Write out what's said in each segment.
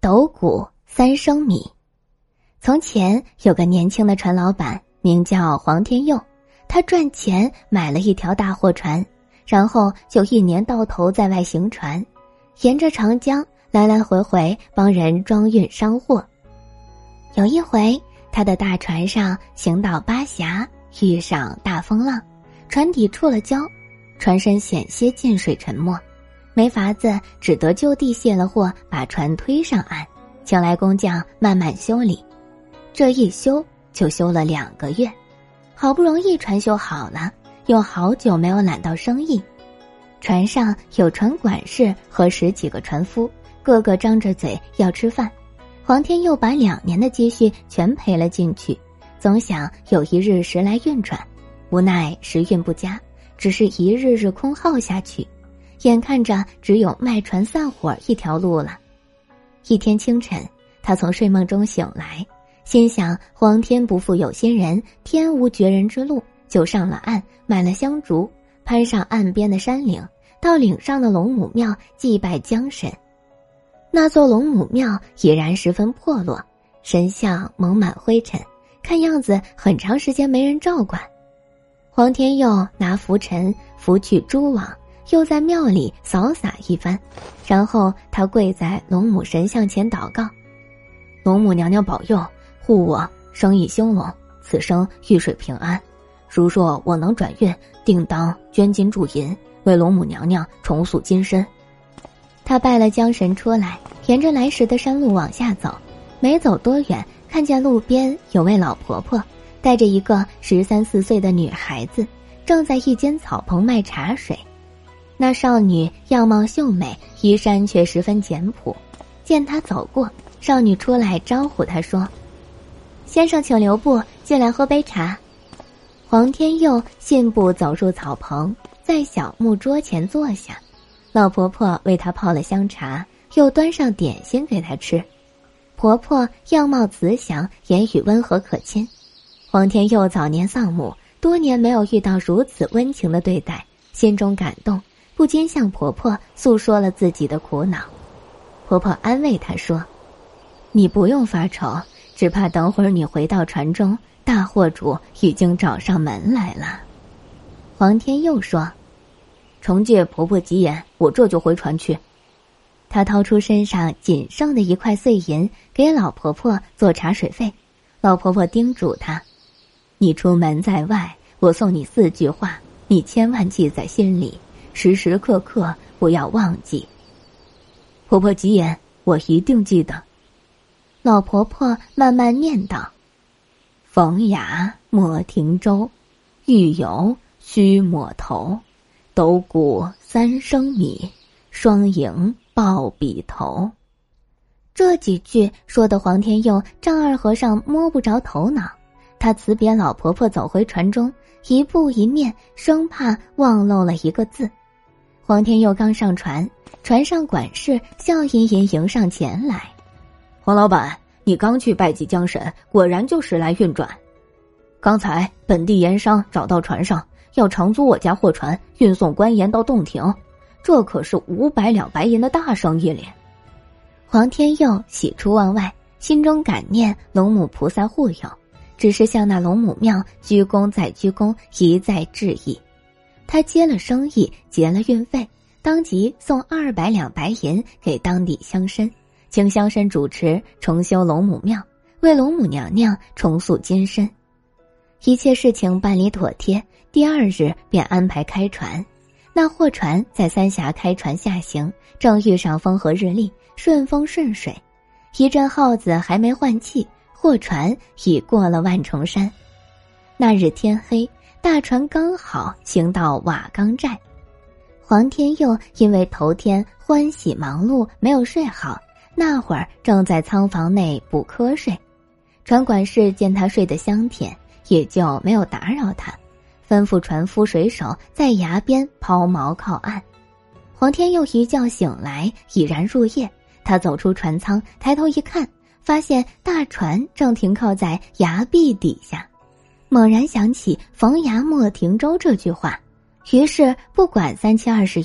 斗谷3升米。从前有个年轻的船老板，名叫黄天佑，他赚钱买了一条大货船，然后就一年到头在外行船，沿着长江来来回回帮人装运商货。有一回，他的大船上行到巴峡，遇上大风浪，船底触了礁，船身险些进水沉没，没法子，只得就地卸了货，把船推上岸，请来工匠慢慢修理。这一修就修了2个月，好不容易船修好了，又好久没有揽到生意。船上有船管事和10几个船夫，个个张着嘴要吃饭。黄天佑把2年的积蓄全赔了进去，总想有一日时来运转，无奈时运不佳，只是一日日空耗下去，眼看着只有卖船散伙一条路了。一天清晨，他从睡梦中醒来，心想皇天不负有心人，天无绝人之路，就上了岸，买了香烛，攀上岸边的山岭，到岭上的龙母庙祭拜江神。那座龙母庙已然十分破落，神像蒙满灰尘，看样子很长时间没人照管。黄天佑拿拂尘拂去蛛网，又在庙里扫洒一番，然后他跪在龙母神像前祷告：龙母娘娘保佑，护我生意兴隆，此生遇水平安。如若我能转运，定当捐金铸银，为龙母娘娘重塑金身。他拜了江神出来，沿着来时的山路往下走，没走多远，看见路边有位老婆婆带着一个13、14岁的女孩子，正在一间草棚卖茶水。那少女样貌秀美，衣衫却十分简朴。见他走过，少女出来招呼他说：先生请留步，进来喝杯茶。黄天佑信步走入草棚，在小木桌前坐下，老婆婆为他泡了香茶，又端上点心给他吃。婆婆样貌慈祥，言语温和可亲。黄天佑早年丧母，多年没有遇到如此温情的对待，心中感动，不禁向婆婆诉说了自己的苦恼。婆婆安慰她说：你不用发愁，只怕等会儿你回到船中，大货主已经找上门来了。黄天佑说：承借婆婆吉言，我这就回船去。他掏出身上仅剩的1块碎银，给老婆婆做茶水费。老婆婆叮嘱他：你出门在外，我送你4句话，你千万记在心里，时时刻刻不要忘记。婆婆吉言，我一定记得。老婆婆慢慢念道：逢崖莫停舟，遇游须抹头，斗谷3升米，双赢抱笔头。这几句说的黄天佑丈二和尚摸不着头脑，他辞别老婆婆走回船中，一步一面，生怕忘漏了一个字。黄天佑刚上船，船上管事笑吟吟迎上前来：黄老板，你刚去拜祭江神，果然就时来运转。刚才本地盐商找到船上，要长租我家货船运送官盐到洞庭，这可是500两白银的大生意咧。黄天佑喜出望外，心中感念龙母菩萨护佑，只是向那龙母庙鞠躬再鞠躬，一再致意。他接了生意，结了运费，当即送200两白银给当地乡绅，请乡绅主持重修龙母庙，为龙母娘娘重塑金身。一切事情办理妥帖，第2日便安排开船。那货船在三峡开船下行，正遇上风和日丽，顺风顺水。一阵号子还没换气，货船已过了万重山。那日天黑，大船刚好行到瓦岗寨。黄天佑因为头天欢喜忙碌，没有睡好，那会儿正在仓房内补瞌睡。船管事见他睡得香甜，也就没有打扰他，吩咐船夫水手在崖边抛锚靠岸。黄天佑一觉醒来，已然入夜。他走出船舱，抬头一看，发现大船正停靠在崖壁底下，猛然想起逢崖莫停舟这句话，于是不管3七21，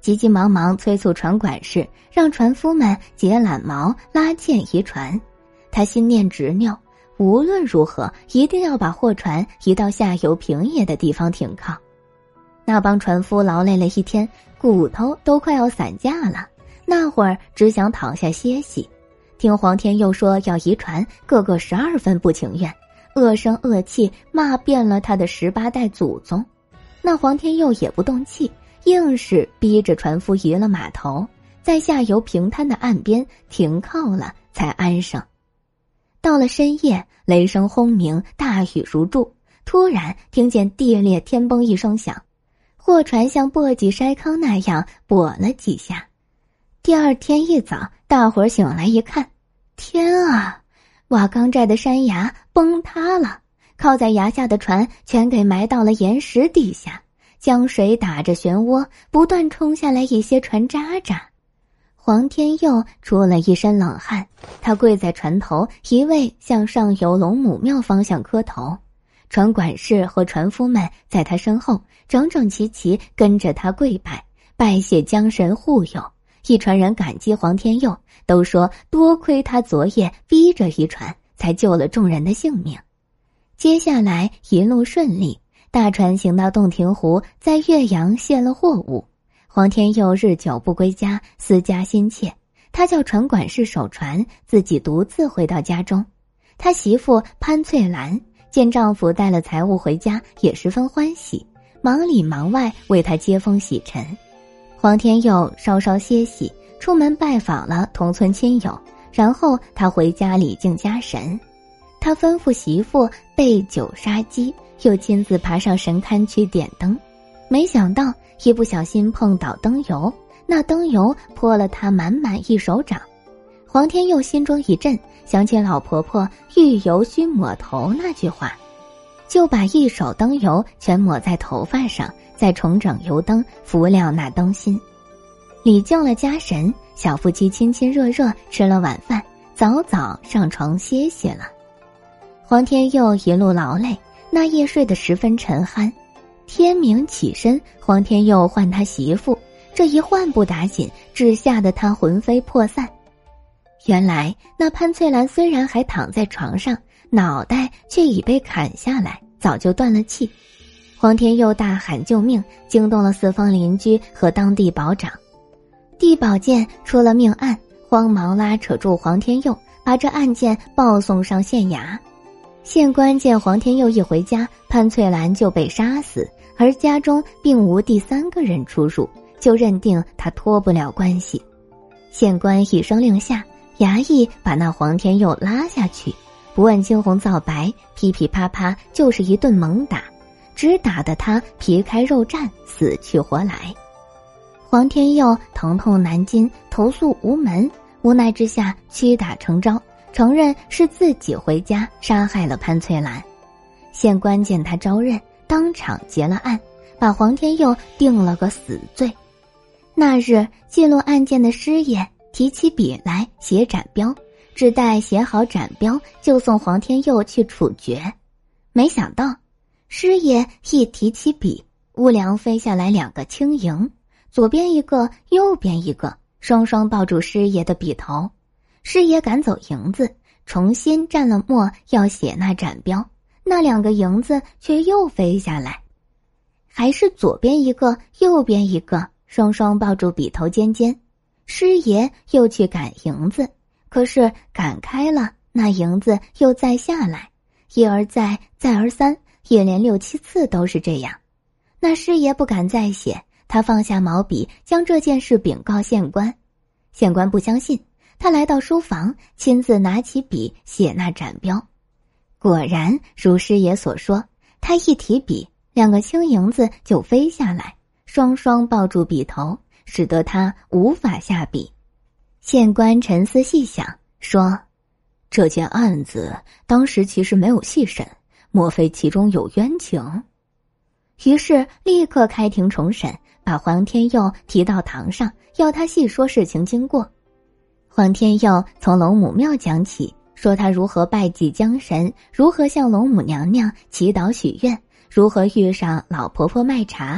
急急忙忙催促船管事，让船夫们解缆锚拉纤移船。他心念执拗，无论如何一定要把货船移到下游平野的地方停靠。那帮船夫劳累了一天，骨头都快要散架了，那会儿只想躺下歇息。听黄天佑说要移船，个个12分不情愿，恶声恶气骂遍了他的18代祖宗。那黄天佑也不动气，硬是逼着船夫移了码头，在下游平滩的岸边停靠了，才安生。到了深夜，雷声轰鸣，大雨如注，突然听见地裂天崩一声响，货船像簸箕筛糠那样跛了几下。第二天一早，大伙儿醒来一看，天啊，瓦岗寨的山崖崩塌了，靠在崖下的船全给埋到了岩石底下，江水打着漩涡，不断冲下来一些船渣渣。黄天佑出了一身冷汗，他跪在船头，一味向上游龙母庙方向磕头。船管事和船夫们在他身后整整齐齐跟着他跪拜，拜谢江神护佑。一船人感激黄天佑，都说多亏他昨夜逼着一船，才救了众人的性命。接下来一路顺利，大船行到洞庭湖，在岳阳卸了货物。黄天佑日久不归家，思家心切，他叫船管事守船，自己独自回到家中。他媳妇潘翠兰见丈夫带了财物回家，也十分欢喜，忙里忙外为他接风洗尘。黄天佑稍稍歇息，出门拜访了同村亲友，然后他回家礼敬家神。他吩咐媳妇备酒杀鸡，又亲自爬上神龛去点灯。没想到一不小心碰倒灯油，那灯油泼了他满满一手掌。黄天佑心中一震，想起老婆婆遇油须抹头那句话，就把一手灯油全抹在头发上，再重整油灯，拂亮那灯芯。礼敬了家神，小夫妻亲亲热热吃了晚饭，早早上床歇息了。黄天佑一路劳累，那夜睡得十分沉酣。天明起身，黄天佑唤他媳妇，这一唤不打紧，只吓得他魂飞魄散。原来那潘翠兰虽然还躺在床上，脑袋却已被砍下来，早就断了气。黄天佑大喊救命，惊动了四方邻居和当地保长。地保见出了命案，慌忙拉扯住黄天佑，把这案件报送上县衙。县官见黄天佑一回家，潘翠兰就被杀死，而家中并无第三个人出入，就认定他脱不了关系。县官一声令下，衙役把那黄天佑拉下去，不问青红皂白，噼噼啪啪就是一顿猛打，只打得他皮开肉绽，死去活来。黄天佑疼痛难禁，投诉无门，无奈之下屈打成招，承认是自己回家杀害了潘翠兰。县官见他招认，当场结了案，把黄天佑定了个死罪。那日记录案件的师爷提起笔来写斩标，只待写好斩标就送黄天佑去处决。没想到师爷一提起笔，屋梁飞下来2个青蝇，左边一个，右边一个，双双抱住师爷的笔头。师爷赶走蝇子，重新蘸了墨要写那斩标，那2个蝇子却又飞下来，还是左边一个，右边一个，双双抱住笔头尖尖。师爷又去赶蝇子，可是赶开了，那蝇子又再下来，一而再，再而三，一连6、7次都是这样。那师爷不敢再写，他放下毛笔，将这件事禀告县官。县官不相信，他来到书房，亲自拿起笔写那斩标。果然如师爷所说，他一提笔，2个青蝇子就飞下来，双双抱住笔头，使得他无法下笔。县官沉思细想，说：这件案子当时其实没有细审，莫非其中有冤情？于是立刻开庭重审，把黄天佑提到堂上，要他细说事情经过。黄天佑从龙母庙讲起，说他如何拜祭江神，如何向龙母娘娘祈祷许愿，如何遇上老婆婆卖茶，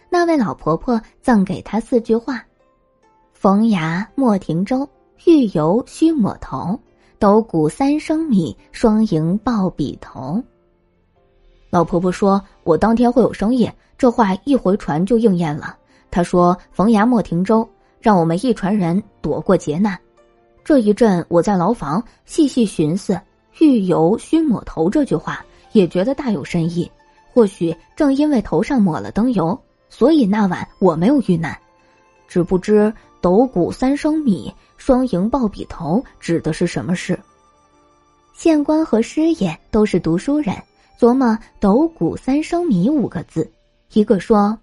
那位老婆婆赠给他4句话：逢崖莫停舟，欲游须抹头，斗谷3升米，双赢抱笔头。老婆婆说我当天会有生意，这话一回传就应验了。她说逢崖莫停舟，让我们一船人躲过劫难。这一阵我在牢房细细寻思欲游须抹头这句话，也觉得大有深意。或许正因为头上抹了灯油，所以那晚我没有遇难。只不知斗谷3升米，双赢抱笔头指的是什么事？县官和师爷都是读书人，琢磨斗谷3升米5个字。一个说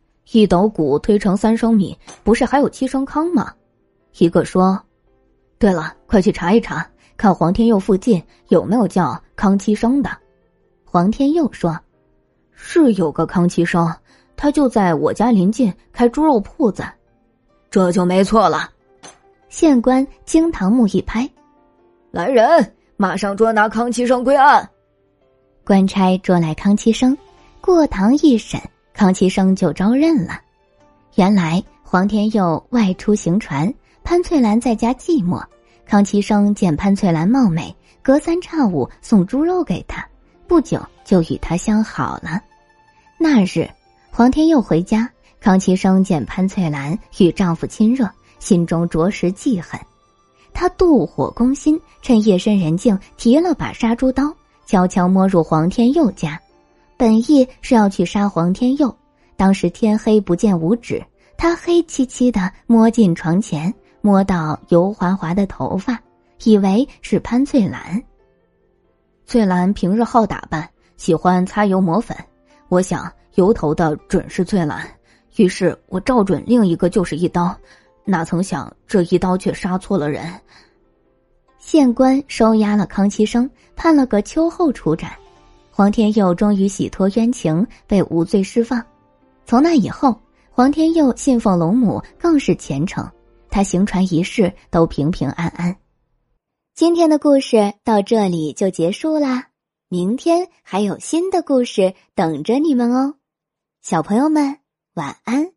1斗谷推成3升米，不是还有7升糠吗？一个说对了，快去查一查，看黄天佑附近有没有叫康7升的。黄天佑说是有个康7升，他就在我家邻近开猪肉铺子。这就没错了。县官惊堂木一拍，来人，马上捉拿康7升归案。官差捉来康7升，过堂一审，康7升就招认了。原来黄天佑外出行船，潘翠兰在家寂寞，康7升见潘翠兰貌美，隔3差5送猪肉给她，不久就与她相好了。那日黄天佑回家，康7升见潘翠兰与丈夫亲热，心中着实记恨。他妒火攻心，趁夜深人静提了把杀猪刀，悄悄摸入黄天佑家，本意是要去杀黄天佑。当时天黑不见五指，他黑漆漆的摸进床前，摸到油滑滑的头发，以为是潘翠兰。翠兰平日好打扮，喜欢擦油抹粉，我想油头的准是翠兰，于是我照准另一个就是一刀，哪曾想这一刀却杀错了人。县官收押了康7升，判了个秋后处斩。黄天佑终于洗脱冤情，被无罪释放。从那以后，黄天佑信奉龙母，更是虔诚，他行船一世都平平安安。今天的故事到这里就结束啦，明天还有新的故事等着你们哦。小朋友们，晚安。